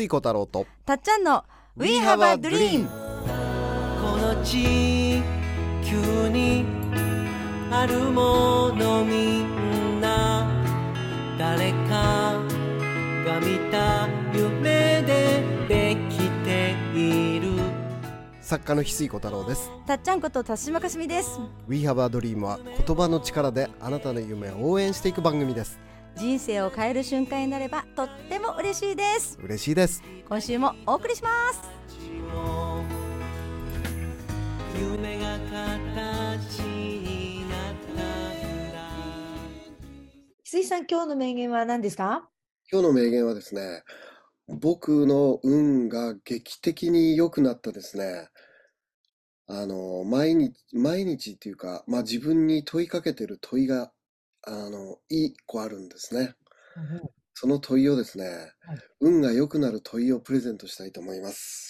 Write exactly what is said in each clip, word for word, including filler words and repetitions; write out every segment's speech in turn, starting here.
翡翠小太郎とたっちゃんの We We have have a a dream。 dream。 この地球にあるものみんな誰かが見た夢でできている。 作家の翡翠小太郎です。 たっちゃんこと田島かすみです。 We have a dream は言葉の力であなたの夢を応援していく番組です。 人生を変える瞬間になればとっても嬉しいです。 嬉しいです。 今週もお送りします。 夢が形になったんだ。 翡翠さん、今日の名言は何ですか？ 今日の名言はですね、僕の運が劇的に良くなったですね、あの毎日毎日っていうか、まあ、自分に問いかけてる問いがあの一個あるんですね。その問いをですね、 はい、 運が良くなる問いをプレゼントしたいと思います。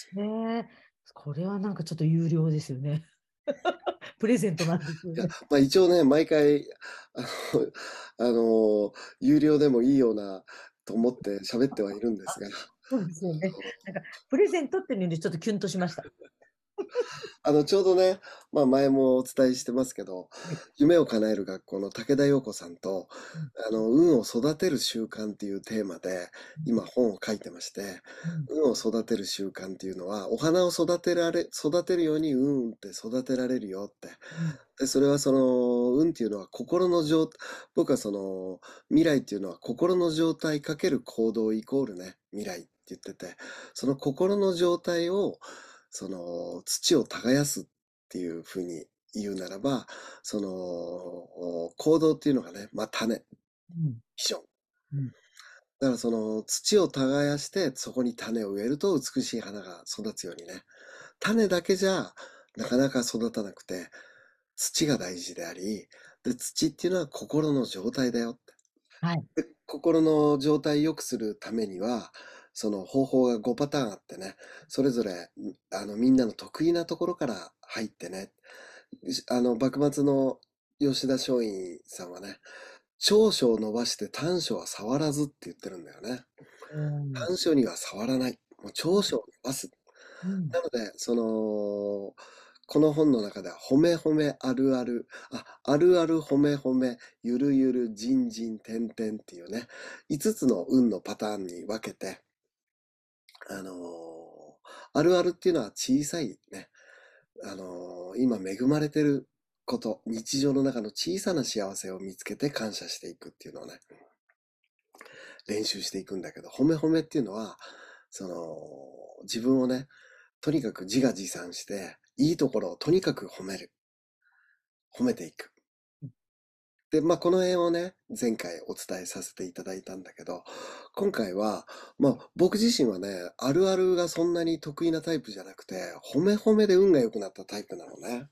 ねえ、これはなんかちょっと有料ですよね。プレゼントなんですよいや、 ね。 まあ、一応ね、毎回あの、あの有料でもいいようなと思って喋ってはいるんですが、 そうですよね。なんかプレゼントっていうのでちょっとキュンとしました。 あのちょうどね、まあ、前もお伝えしてますけど、 はい、 夢を叶える学校の武田陽子さんと、 うんあの運を育てる習慣っていうテーマでうん今本を書いてまして、 うん運を育てる習慣っていうのはお花を育てられ育てるように運って育てられるよって。 うんでそれはその運っていうのは心の状僕はその未来っていうのは心の状態かける行動イコールね未来って言ってて、その心の状態をその土を耕すっていうふうに言うならば、その行動っていうのがね、まあ種、 うんビジョン。 うんだからその土を耕してそこに種を植えると美しい花が育つようにね、種だけじゃなかなか育たなくて、土が大事であり、で土っていうのは心の状態だよって。 はい、 で心の状態を良くするためには、その方法がごパターンあってね、それぞれあのみんなの得意なところから入ってね、あの幕末の吉田松陰さんはね、長所を伸ばして短所は触らずって言ってるんだよね。 うん短所には触らない。もう長所を伸ばす。 うんなので、その、この本の中では、褒め褒めあるある、あ、あるある褒め褒め、ゆるゆるじんじんてんてんっていうね、いつつの運のパターンに分けて、あのーあるあるっていうのは小さいね、あのー今恵まれてること、日常の中の小さな幸せを見つけて感謝していくっていうのをね、練習していくんだけど、褒め褒めっていうのは、その、自分をね、とにかく自画自賛して、いいところをとにかく褒める。褒めていく。で、まあ、この辺をね、前回お伝えさせていただいたんだけど、今回は、まあ、僕自身はね、あるあるがそんなに得意なタイプじゃなくて、褒め褒めで運が良くなったタイプなのね。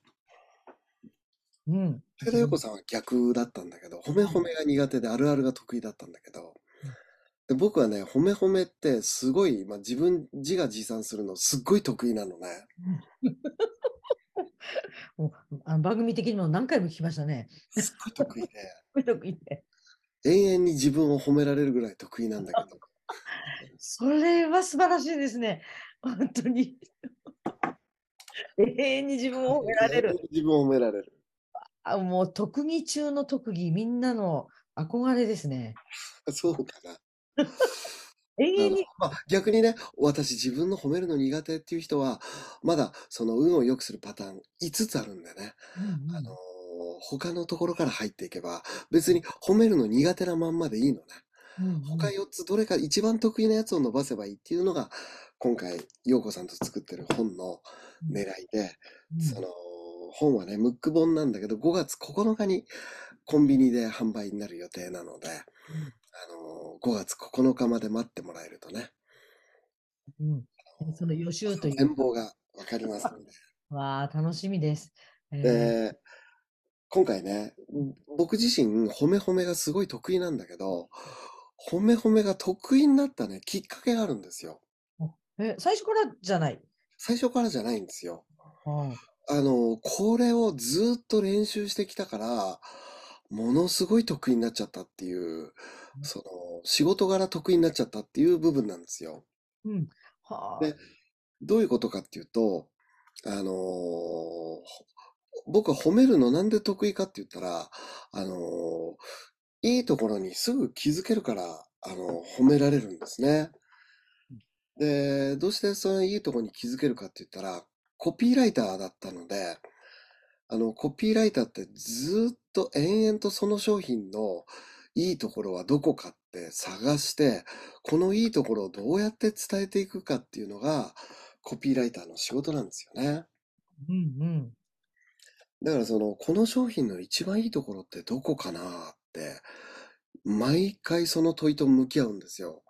うん武田陽子さんは逆だったんだけど、褒め褒めが苦手であるあるが得意だったんだけど、で僕はね、褒め褒めってすごい、まあ、自分、自画自賛するのすっごい得意なのね。 もうあの番組的にも何回も聞きましたね。 すっごい得意で、 得意で永遠に自分を褒められるぐらい得意なんだけど、 それは素晴らしいですね。本当に。永遠に自分を褒められ永遠る。 に自分を褒められる。 あ、もう特技中の特技、みんなの憧れですね。 そうかな。 永あの遠に。 まあ、逆にね、私自分の褒めるの苦手っていう人は、まだその運を良くするパターンいつつあるんでね、 うんうんあのー他のところから入っていけば、別に褒めるの苦手なまんまでいいのね。 うんうん他よっつどれか一番得意なやつを伸ばせばいいっていうのが、今回、陽子さんと作ってる本の狙いで、 うんその、本はね、ムック本なんだけど、ごがつここのかにコンビニで販売になる予定なので、 うんあのごがつここのかまで待ってもらえるとね、 うんその予習という展望がわかりますので。 わあ、楽しみです。えーで、今回ね、僕自身褒め褒めがすごい得意なんだけど、褒め褒めが得意になったね、きっかけがあるんですよ。 え、最初からじゃない。 最初からじゃないんですよ。 はあの、これをずっと練習してきたから、ものすごい得意になっちゃったっていう、その、仕事柄得意になっちゃったっていう部分なんですよ。 うん。はあ。 で、どういうことかっていうと、あのーほ僕は褒めるのなんで得意かって言ったら、あのーいいところにすぐ気づけるから、あの褒められるんですね。で、どうしてそのいいところに気づけるかって言ったら、コピーライターだったので、あの、コピーライターってずっと延々とその商品のいいところはどこかって探して、このいいところをどうやって伝えていくかっていうのが、コピーライターの仕事なんですよね。 うんうん。 だからその、この商品の一番いいところってどこかなって、毎回その問いと向き合うんですよ。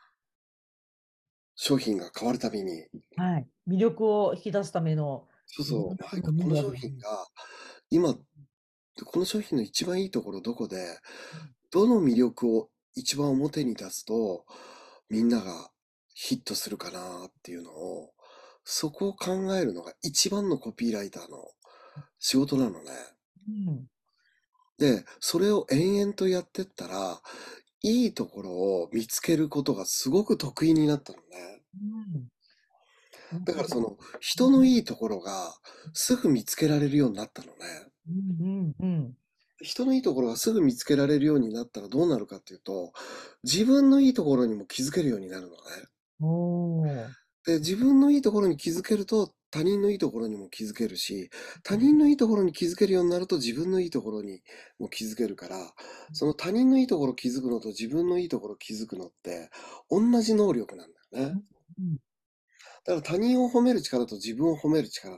商品が変わるたびに。 はい。魅力を引き出すための、いろんそうそう、 なことを毎回この見るわけですね。 商品が、今、この商品の一番いいところどこで、どの魅力を一番表に出すと、みんながヒットするかなっていうのを、そこを考えるのが一番のコピーライターの仕事なのね。 うん。 で、それを延々とやってったら、いいところを見つけることがすごく得意になったのね。 うん。本当だ。 だからその人のいいところがすぐ見つけられるようになったのね。 うんうんうん。 人のいいところがすぐ見つけられるようになったらどうなるかっていうと、自分のいいところにも気づけるようになるのね。 おー。 で、自分のいいところに気づけると他人のいいところにも気づけるし、他人のいいところに気づけるようになると自分のいいところにも気づけるから、その他人のいいところ気づくのと自分のいいところ気づくのって同じ能力なんだよね。 うんだから他人を褒める力と自分を褒める力って、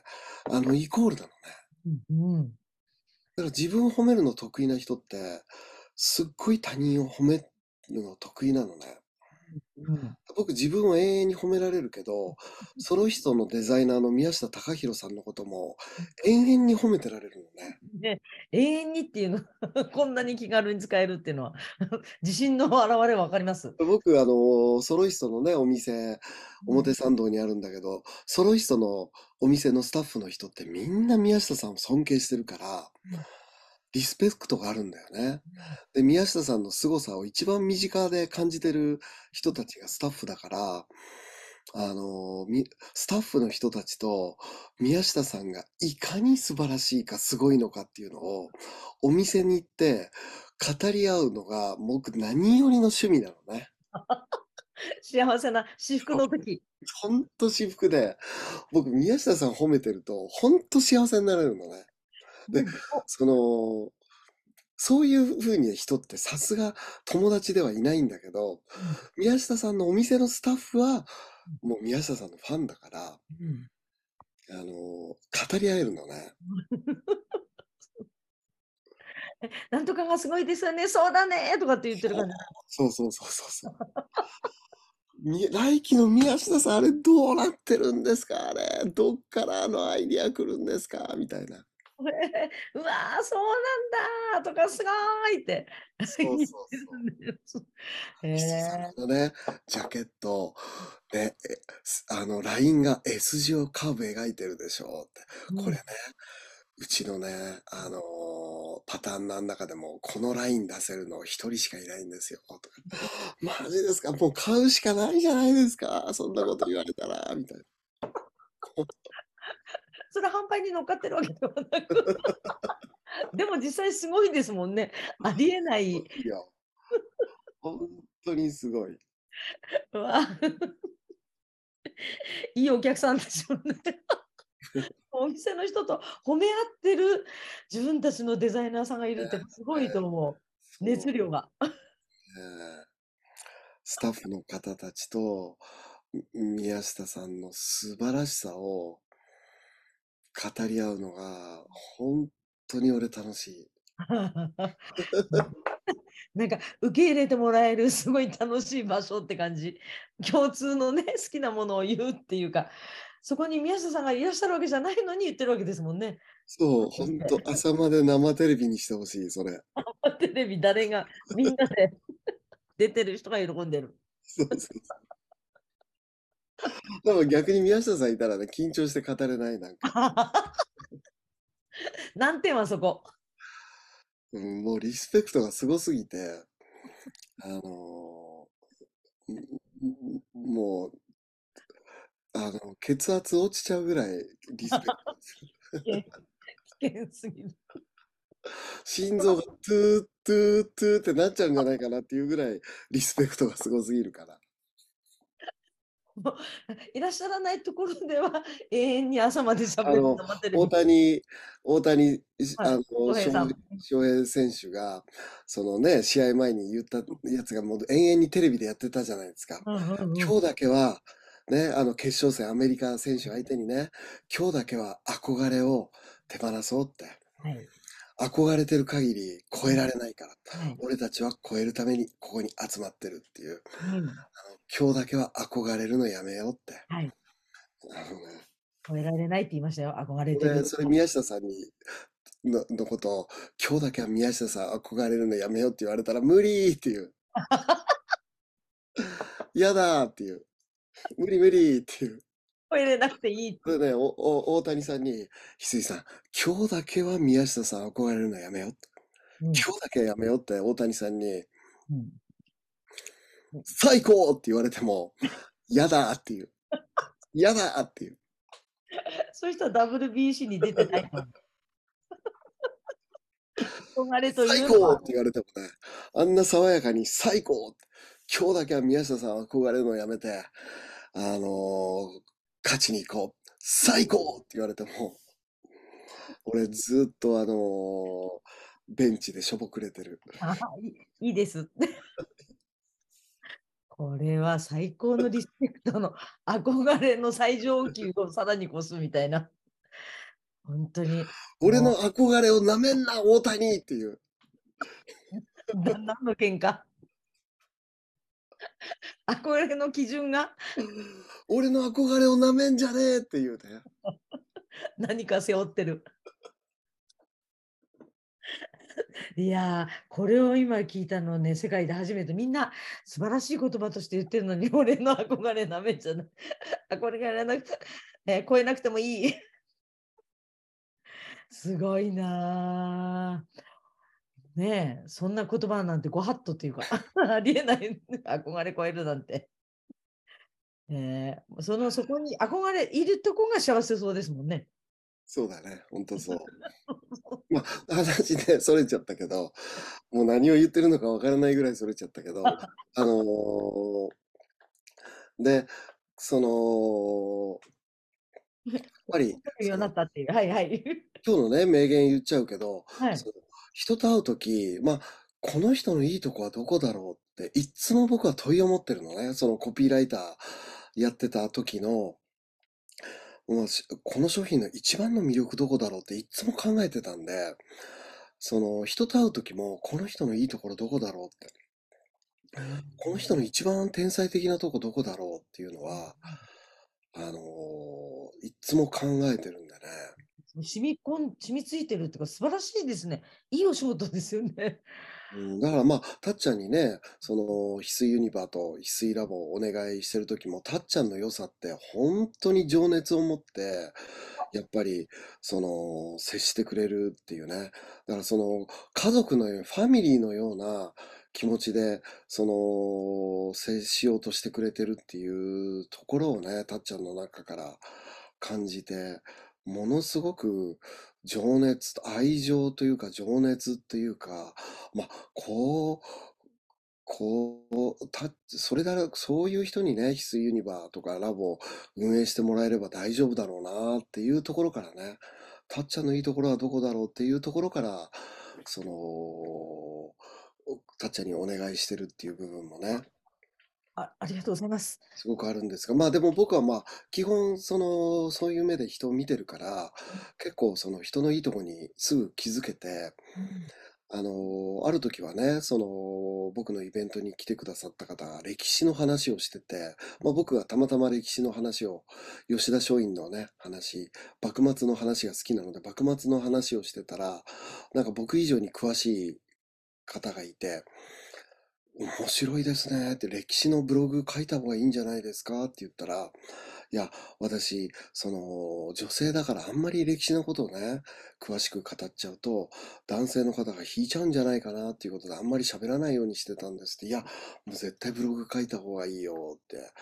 あの、イコールなのね。 うんうん。 だから自分を褒めるの得意な人って、すっごい他人を褒めるの得意なのね。 うん僕自分を永遠に褒められるけど、その人のデザイナーの宮下隆弘さんのことも永遠に褒めてられるのね。 ね、永遠にっていうのこんなに気軽に使えるっていうのは自信の表れわかります。 僕、あの、ソロイストのね、お店、表参道にあるんだけど、ソロイストのお店のスタッフの人ってみんな宮下さんを尊敬してるから、リスペクトがあるんだよね。で、宮下さんの凄さを一番身近で感じてる人たちがスタッフだから、あの、みスタッフの人たちと宮下さんがいかに素晴らしいかすごいのかっていうのをお店に行って語り合うのが僕何よりの趣味なのね。 幸せな至福の時。 ほんと至福で、僕宮下さん褒めてるとほんと幸せになれるのね。で、 おその、そういう風に人ってさすが友達ではいないんだけど、宮下さんのお店のスタッフはもう宮下さんのファンだから、 うんあの、語り合えるのね。 なんとかがすごいですよね、そうだねとかって言ってる感じ。 そうそうそうそうそう。み来期の宮下さん、あれどうなってるんですかあれ。どっからあのアイディア来るんですかみたいな。 うわー、そうなんだとか、すごいってそう言っそうそう。 てるんです。へ石井さんえ。 のね、ジャケット、ね、えすあの、ラインが S 字をカーブ描いてるでしょって。これね、うちのね、あのーパターンの中でも、このライン出せるの一人しかいないんですよ。とかマジですかもう買うしかないじゃないですか。そんなこと言われたら、みたいな。 それ販売に乗っかってるわけではなくでも実際すごいですもんね。ありえない。 いや、本当にすごい。 うわいいお客さんでしょうね。お店の人と褒め合ってる自分たちのデザイナーさんがいるってすごいと思う。 そう熱量が。 ねスタッフの方たちとみ宮下さんの素晴らしさを語り合うのが本当に俺楽しい。 なんか受け入れてもらえるすごい楽しい場所って感じ。共通のね、好きなものを言うっていうか、そこに宮下さんがいらっしゃるわけじゃないのに言ってるわけですもんね。 そう、本当朝まで生テレビにしてほしい、それ。 テレビ誰がみんなで出てる人が喜んでる。 そうそうそう。でも逆に宮下さんいたらね、緊張して語れない、なんか。 難点はそこ。 うん、もうリスペクトがすごすぎて、あのーんんもう、あの、血圧落ちちゃうぐらいリスペクトですよ。 危険危険すぎる。 心臓がトゥートゥートゥーってなっちゃうんじゃないかなっていうぐらいリスペクトがすごすぎるから。 もういらっしゃらないところでは永遠に朝まで喋るあの、大生テレビ。 谷、大谷、 はい。 あの、 翔平さん。 翔平選手が、そのね、試合前に言ったやつがもう延々にテレビでやってたじゃないですか。 うんうんうん。 今日だけは、ね、あの決勝戦アメリカ選手相手にね、今日だけは憧れを手放そうって。 はい。 憧れてる限り超えられないから。 はい。 俺たちは超えるためにここに集まってるっていう。 うん。 あの今日だけは憧れるのやめようって。 はい。 あのね、 超えられないって言いましたよ。憧れてる。 それ、それ宮下さんに、の、のことを、今日だけは宮下さん憧れるのやめようって言われたら無理っていう。嫌だっていう。無理無理っていう。 超えれなくていいって。 それね、お、お、大谷さんに、翡翠さん、今日だけは宮下さん憧れるのやめようって。 うん今日だけはやめようって大谷さんに、 うん最高って言われても、嫌だっていう。嫌だっていう。 そういう人は ダブリュービーシー に出てないと思う。憧れとい最うのは、 高って言われてもね、あんな爽やかに最高って今日だけは宮下さん憧れるのやめて、あのー勝ちに行こう。最高って言われても、俺ずっとあのーベンチでしょぼくれてる。 あいいいいです。これは最高のリスペクトの憧れの最上級をさらに越すみたいな。本当に。 俺のも憧れをなめんな、大谷っていう。 うな何の喧嘩憧れの基準が俺の憧れをなめんじゃねえっていうね。 何か背負ってる。いやー、これを今聞いたのね、世界で初めてみんな素晴らしい言葉として言ってるのに、俺の憧れなめんじゃない。憧れなくて、えー超えなくてもいい。すごいなー。ねえ、そんな言葉なんてご法度っていうか、ありえない。憧れ超えるなんて。えーそのそこに憧れいるとこが幸せそうですもんね。 そうだね、ほんとそう。まあ、話ね、それちゃったけど、もう何を言ってるのかわからないぐらいそれちゃったけど、あのーで、その、やっぱり、 ようにその、 なったっていう。はいはい。 今日のね、名言言っちゃうけど、 はい。 その人と会うとき、まあ、この人のいいとこはどこだろうって、いっつも僕は問いを持ってるのね。そのコピーライターやってた時の、まあしこの商品の一番の魅力どこだろうっていっつも考えてたんで、その人と会うときも、この人のいいところどこだろうって、この人の一番天才的なとこどこだろうっていうのは、あのーいっつも考えてるんでね。 染み込ん、染みついてるっていうか素晴らしいですね。いいお仕事ですよね。 うん、だからまあ、たっちゃんにね、その、翡翠ユニバーと翡翠ラボをお願いしてる時も、たっちゃんの良さって本当に情熱を持って、やっぱり、その、接してくれるっていうね。だからその、家族のように、ファミリーのような気持ちで、その、接しようとしてくれてるっていうところをね、たっちゃんの中から感じて、ものすごく情熱、愛情というか情熱っていうか、まあ、こう、こう、た、それだら、そういう人にね、翡翠ユニバーとかラボを運営してもらえれば大丈夫だろうなっていうところからね、たっちゃんのいいところはどこだろうっていうところから、その、たっちゃんにお願いしてるっていう部分もね、 あ、ありがとうございます。 すごくあるんですが、まあでも僕はまあ、基本、その、そういう目で人を見てるから、結構その人のいいところにすぐ気づけて、 うんあの、ある時はね、その、僕のイベントに来てくださった方が歴史の話をしてて、まあ僕がたまたま歴史の話を、吉田松陰のね、話、幕末の話が好きなので、幕末の話をしてたら、なんか僕以上に詳しい方がいて、面白いですねって、歴史のブログ書いた方がいいんじゃないですかって言ったら、いや、私、その、女性だからあんまり歴史のことをね、詳しく語っちゃうと、男性の方が引いちゃうんじゃないかなっていうことであんまり喋らないようにしてたんですって、いや、もう絶対ブログ書いた方がいいよって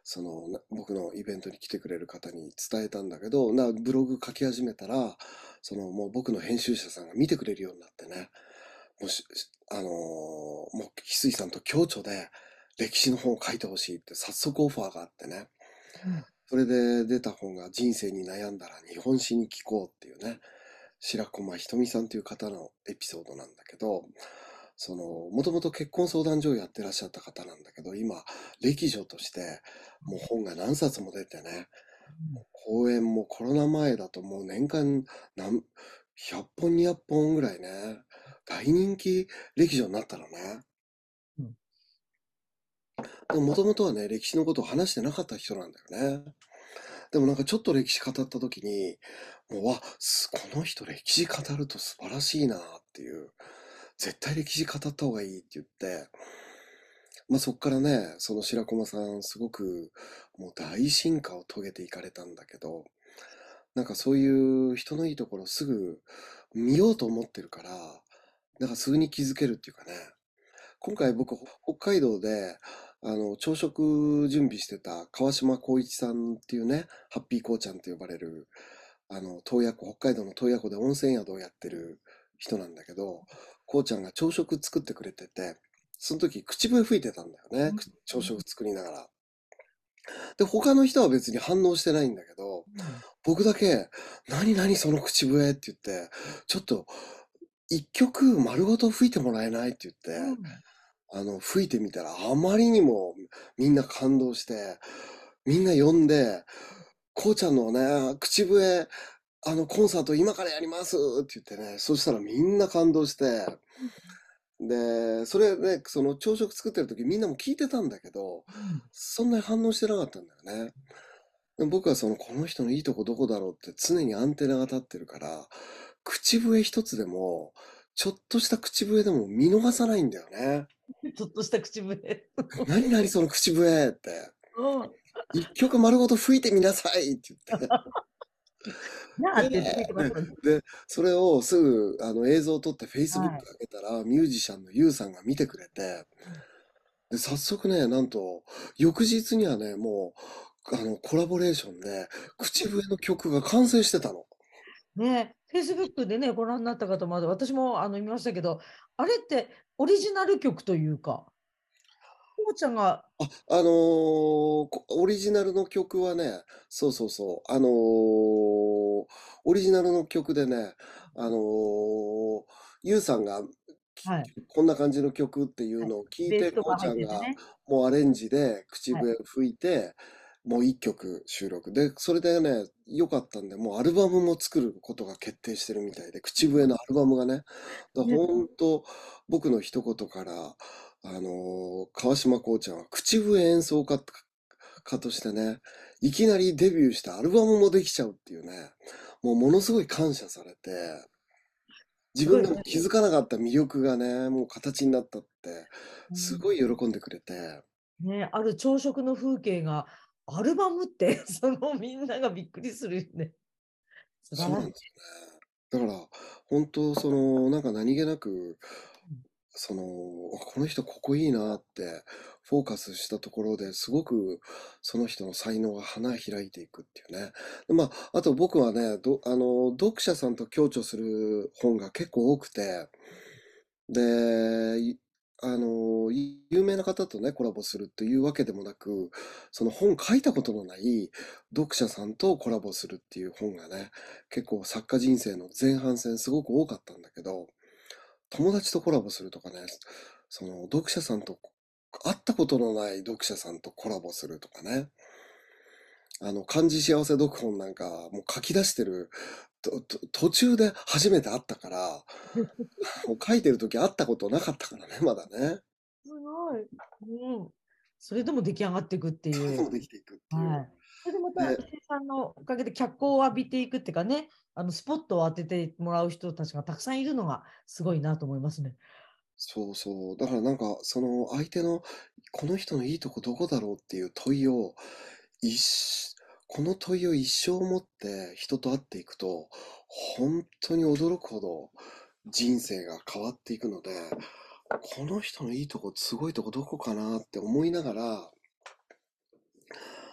その、な僕のイベントに来てくれる方に伝えたんだけど、な、ブログ書き始めたら、その、もう僕の編集者さんが見てくれるようになってね、もし、しあのーもう、翡翠さんと共著で歴史の本を書いてほしいって早速オファーがあってね、 うんそれで出た本が人生に悩んだら日本史に聞こうっていうね、白駒ひとみさんという方のエピソードなんだけど、その、もともと結婚相談所をやってらっしゃった方なんだけど、今、歴女として、もう本が何冊も出てね、講演もコロナ前だともう年間何、ひゃっぽん、にひゃっぽんぐらいね、大人気歴女になったのね。 うんでももともとはね、歴史のことを話してなかった人なんだよね。でもなんかちょっと歴史語った時に、もう、わ、すこの人歴史語ると素晴らしいなっていう、絶対歴史語った方がいいって言って、まあそっからね、その白駒さんすごくもう大進化を遂げていかれたんだけど、なんかそういう人のいいところすぐ見ようと思ってるから、なんかすぐに気づけるっていうかね、今回僕、北海道で、あの、朝食準備してた川島光一さんっていうね、ハッピーこうちゃんと呼ばれる、あの、洞爺湖、北海道の洞爺湖で温泉宿をやってる人なんだけど、こうちゃんが朝食作ってくれてて、その時口笛吹いてたんだよね、く朝食作りながら。で、他の人は別に反応してないんだけど、僕だけ、何何その口笛って言って、ちょっと、一曲丸ごと吹いてもらえないって言って、 うんあの、吹いてみたらあまりにもみんな感動して、みんな呼んで、こうちゃんのね、口笛、あの、コンサート今からやりますって言ってね、そしたらみんな感動して、で、それね、その朝食作ってる時みんなも聞いてたんだけど、 うんそんなに反応してなかったんだよね。で僕はその、この人のいいとこどこだろうって常にアンテナが立ってるから、口笛一つでも、ちょっとした口笛でも見逃さないんだよね。 ちょっとした口笛。 何々その口笛って。 うん一曲丸ごと吹いてみなさいって言って。 なあって出てきますよね。 で、それをすぐあの映像を撮って Facebook はい上げたら、ミュージシャンのユウさんが見てくれて、で、早速ね、なんと、翌日にはね、もう、あの、コラボレーションで、口笛の曲が完成してたの。 ね、Facebook でね、ご覧になった方も、私もあの見ましたけど、あれってオリジナル曲というか、こうちゃんが、 あ、あのーこオリジナルの曲はね、そうそうそう、あのーオリジナルの曲でね、あのーユウさんがきはい、 こんな感じの曲っていうのを聞いて、こうベースとかちゃんが入っててね。 もうアレンジで口はい。 笛吹いて、もう一曲収録。で、それでね、良かったんで、もうアルバムも作ることが決定してるみたいで、口笛のアルバムがね、だね、 本当僕の一言から、あのー川島こうちゃんは口笛演奏家家としてね、いきなりデビューしてアルバムもできちゃうっていうね、もうものすごい感謝されて、自すごい分でも気づかなかった魅力がね、もう形になったって、すごい喜んでくれて、 ね、ある朝食の風景がアルバムってそのみんながびっくりするよね。素晴らしい。 そうなんですよね。だから、本当その、なんか何気なく、その、この人ここいいなってフォーカスしたところですごくその人の才能が花開いていくっていうね。でまあ、あと僕はね、ど、あの、読者さんと共著する本が結構多くて、で、いあの、有名な方とね、コラボするというわけでもなく、その本書いたことのない読者さんとコラボするっていう本がね、結構作家人生の前半戦すごく多かったんだけど、友達とコラボするとかね、その読者さんと、会ったことのない読者さんとコラボするとかね、あの、漢字幸せ読本なんかもう書き出してる、とと途中で初めて会ったから、もう書いてる時会ったことなかったからね、まだね。 すごい。うん。それでも出来上がっていくっていう。 それでもできていくっていう。 はい。それでまた、 で、 石井さんのおかげで脚光を浴びていくっていうかね、あのスポットを当ててもらう人たちがたくさんいるのがすごいなと思いますね。 そうそう。だからなんか、その相手の、この人のいいとこどこだろうっていう問いを、一、この問いを一生持って人と会っていくと、本当に驚くほど人生が変わっていくので、この人のいいとこ、すごいとこどこかなって思いながら、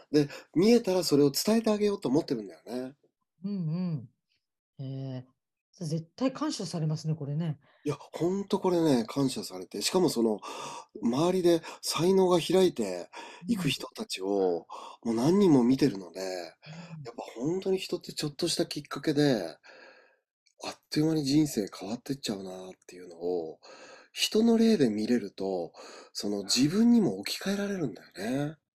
で、見えたらそれを伝えてあげようと思ってるんだよね。 うんうん。えー、それ絶対感謝されますね、これね。 いや、ほんとこれね、感謝されて、しかもその、周りで才能が開いていくうん。 人たちを、もう何人も見てるので、 うんやっぱ本当に人ってちょっとしたきっかけで、あっという間に人生変わってっちゃうなっていうのを、人の例で見れると、その自分にも置き換えられるんだよね。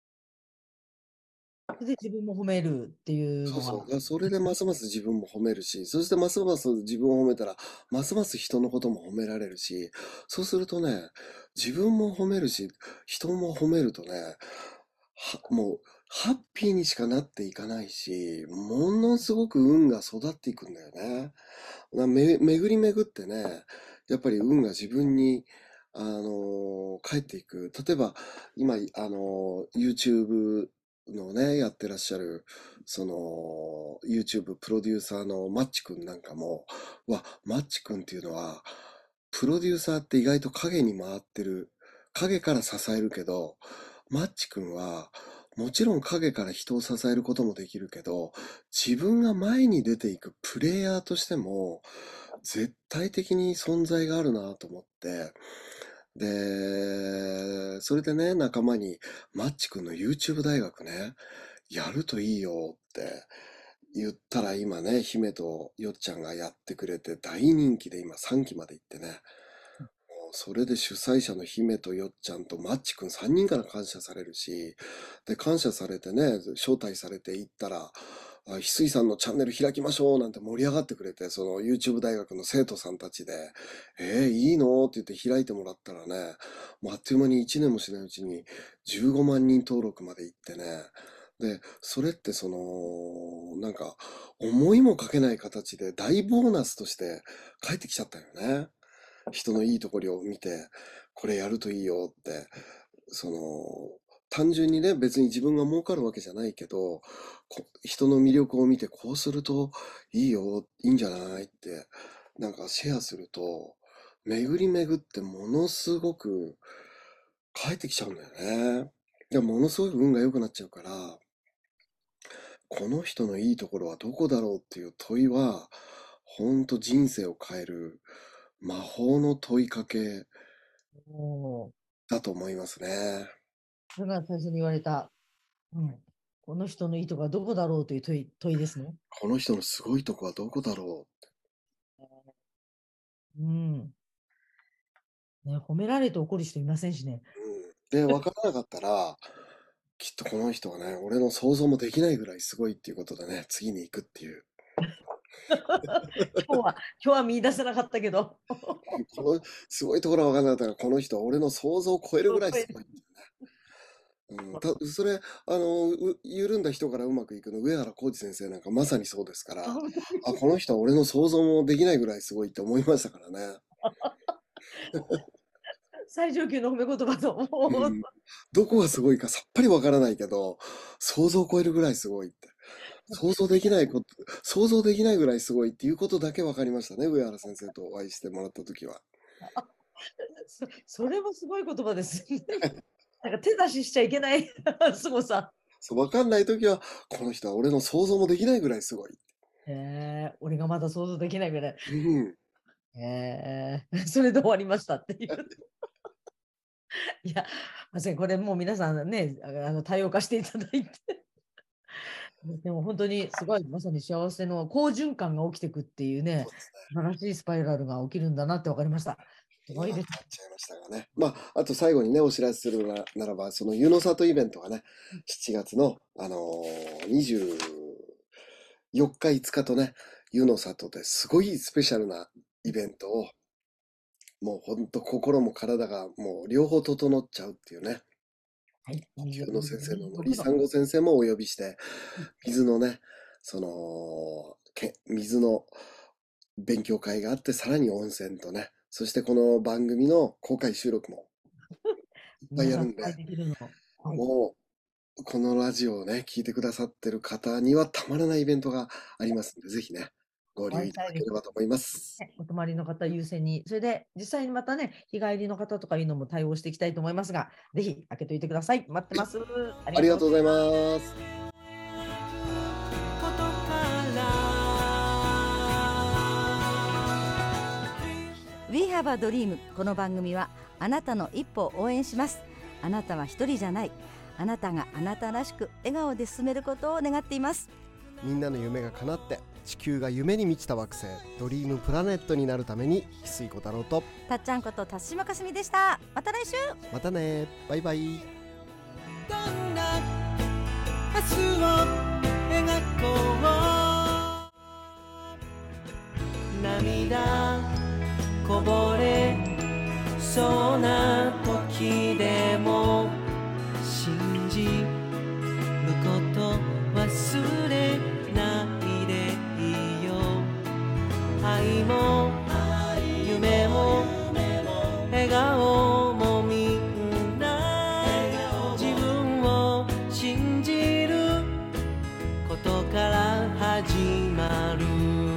それで自分も褒めるっていうそうそう。 のが、 だからそれでますます自分も褒めるし、そしてますます自分を褒めたら、ますます人のことも褒められるし、そうするとね、自分も褒めるし、人も褒めるとね、は、もう、ハッピーにしかなっていかないし、ものすごく運が育っていくんだよね。なめ、巡り巡ってね、やっぱり運が自分に、あのー返っていく。例えば、今、あのー YouTube のね、やってらっしゃる、その、YouTube プロデューサーのマッチ君なんかも、わ、マッチ君っていうのは、プロデューサーって意外と影に回ってる。影から支えるけど、マッチ君は、もちろん影から人を支えることもできるけど、自分が前に出ていくプレイヤーとしても、絶対的に存在があるなと思って、で、それでね、仲間に、マッチ君の YouTube 大学ね、やるといいよって言ったら今ね、姫とよっちゃんがやってくれて大人気で今さんきまで行ってね、もうそれで主催者の姫とよっちゃんとマッチ君さんにんから感謝されるし、で、感謝されてね、招待されて行ったら、あ、翡翠さんのチャンネル開きましょうなんて盛り上がってくれて、その YouTube 大学の生徒さんたちで、えー、いいのって言って開いてもらったらね、もうあっという間にいちねんもしないうちにじゅうごまんにん登録まで行ってね、で、それってその、なんか、思いもかけない形で大ボーナスとして帰ってきちゃったよね。人のいいところを見て、これやるといいよって、その、単純にね、別に自分が儲かるわけじゃないけど、こ人の魅力を見て、こうするといいよ、いいんじゃないって、なんかシェアすると、巡り巡ってものすごく帰ってきちゃうんだよね。でものすごく運が良くなっちゃうから、この人のいいところはどこだろうっていう問いは、ほんと人生を変える魔法の問いかけおー、 だと思いますね。 それが最初に言われた、うん、この人のいいとこはどこだろうという問い、問いですね。 この人のすごいとこはどこだろうん。ね、褒められて怒る人いませんしね。 う。うん。で、わからなかったら、きっとこの人はね、俺の想像もできないぐらいすごいっていうことでね、次に行くっていう。 今日は、今日は見出せなかったけど。 このすごいところは分からなかったら、この人は俺の想像を超えるぐらいすごいっていうね。うん、たそれ、あの、う緩んだ人からうまくいくの、上原浩二先生なんかまさにそうですから、あ、この人は俺の想像もできないぐらいすごいって思いましたからね。 最上級の褒め言葉と、もう、 うん、どこがすごいかさっぱりわからないけど、想像を超えるぐらいすごいって。想像できないこと、想像できないぐらいすごいっていうことだけ分かりましたね、上原先生とお会いしてもらったときは。 そ、それもすごい言葉ですね。なんか手出ししちゃいけない凄さ。 そう、分かんないときは、この人は俺の想像もできないぐらいすごい。 へえ、俺がまだ想像できないぐらい。 うん。 へえ、それで終わりましたっていう。いや、まさにこれもう皆さんね、あの多様化していただいて。でも本当にすごい、まさに幸せの好循環が起きていくっていうね、 そうですね。 素晴らしいスパイラルが起きるんだなって分かりました。すごいです。 長くなっちゃいましたがね。まあ、あと最後にね、お知らせするなならば、その湯の里イベントがね、しちがつの、あのー、にじゅうよっか、いつかとね、湯の里ですごいスペシャルなイベントを、もうほんと心も体がもう両方整っちゃうっていうね、 はい。 呼吸の先生ののり僕さんご先生もお呼びして、水のね、その、け水の勉強会があって、さらに温泉とね、そしてこの番組の公開収録もいっぱい皆さんやるんで、 できるの。はい。 もう、このラジオをね、聞いてくださってる方にはたまらないイベントがありますんで、ぜひね。 ご利用いただければと思います。 ね、お泊まりの方優先に、それで実際にまたね、日帰りの方とかいうのも対応していきたいと思いますが、ぜひ開けといてください。待ってます。 ありがとうございます。 We have a dream。 この番組はあなたの一歩を応援します。あなたは一人じゃない。あなたがあなたらしく笑顔で進めることを願っています。 みんなの夢が叶って地球が夢に満ちた惑星ドリームプラネットになるために、翡翠小太郎とたっちゃんこと辰島かすみでした。また来週。 またね、バイバイ。 どんな明日を描こう。涙こぼれそうな時でも信じること忘れないでいいよ。愛も夢も笑顔もみんな自分を信じることから始まる。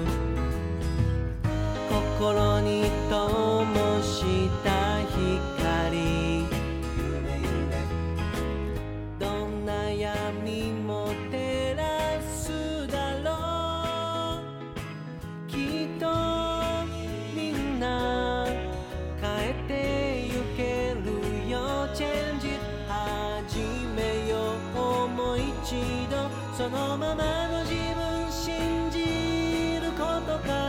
心に灯した光、どんな闇も照らすだろう。きっとみんな変えてゆけるよ。チェンジ始めよう。もう一度そのままの自分信じることから。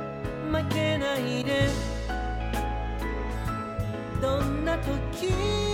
負けないで、どんな時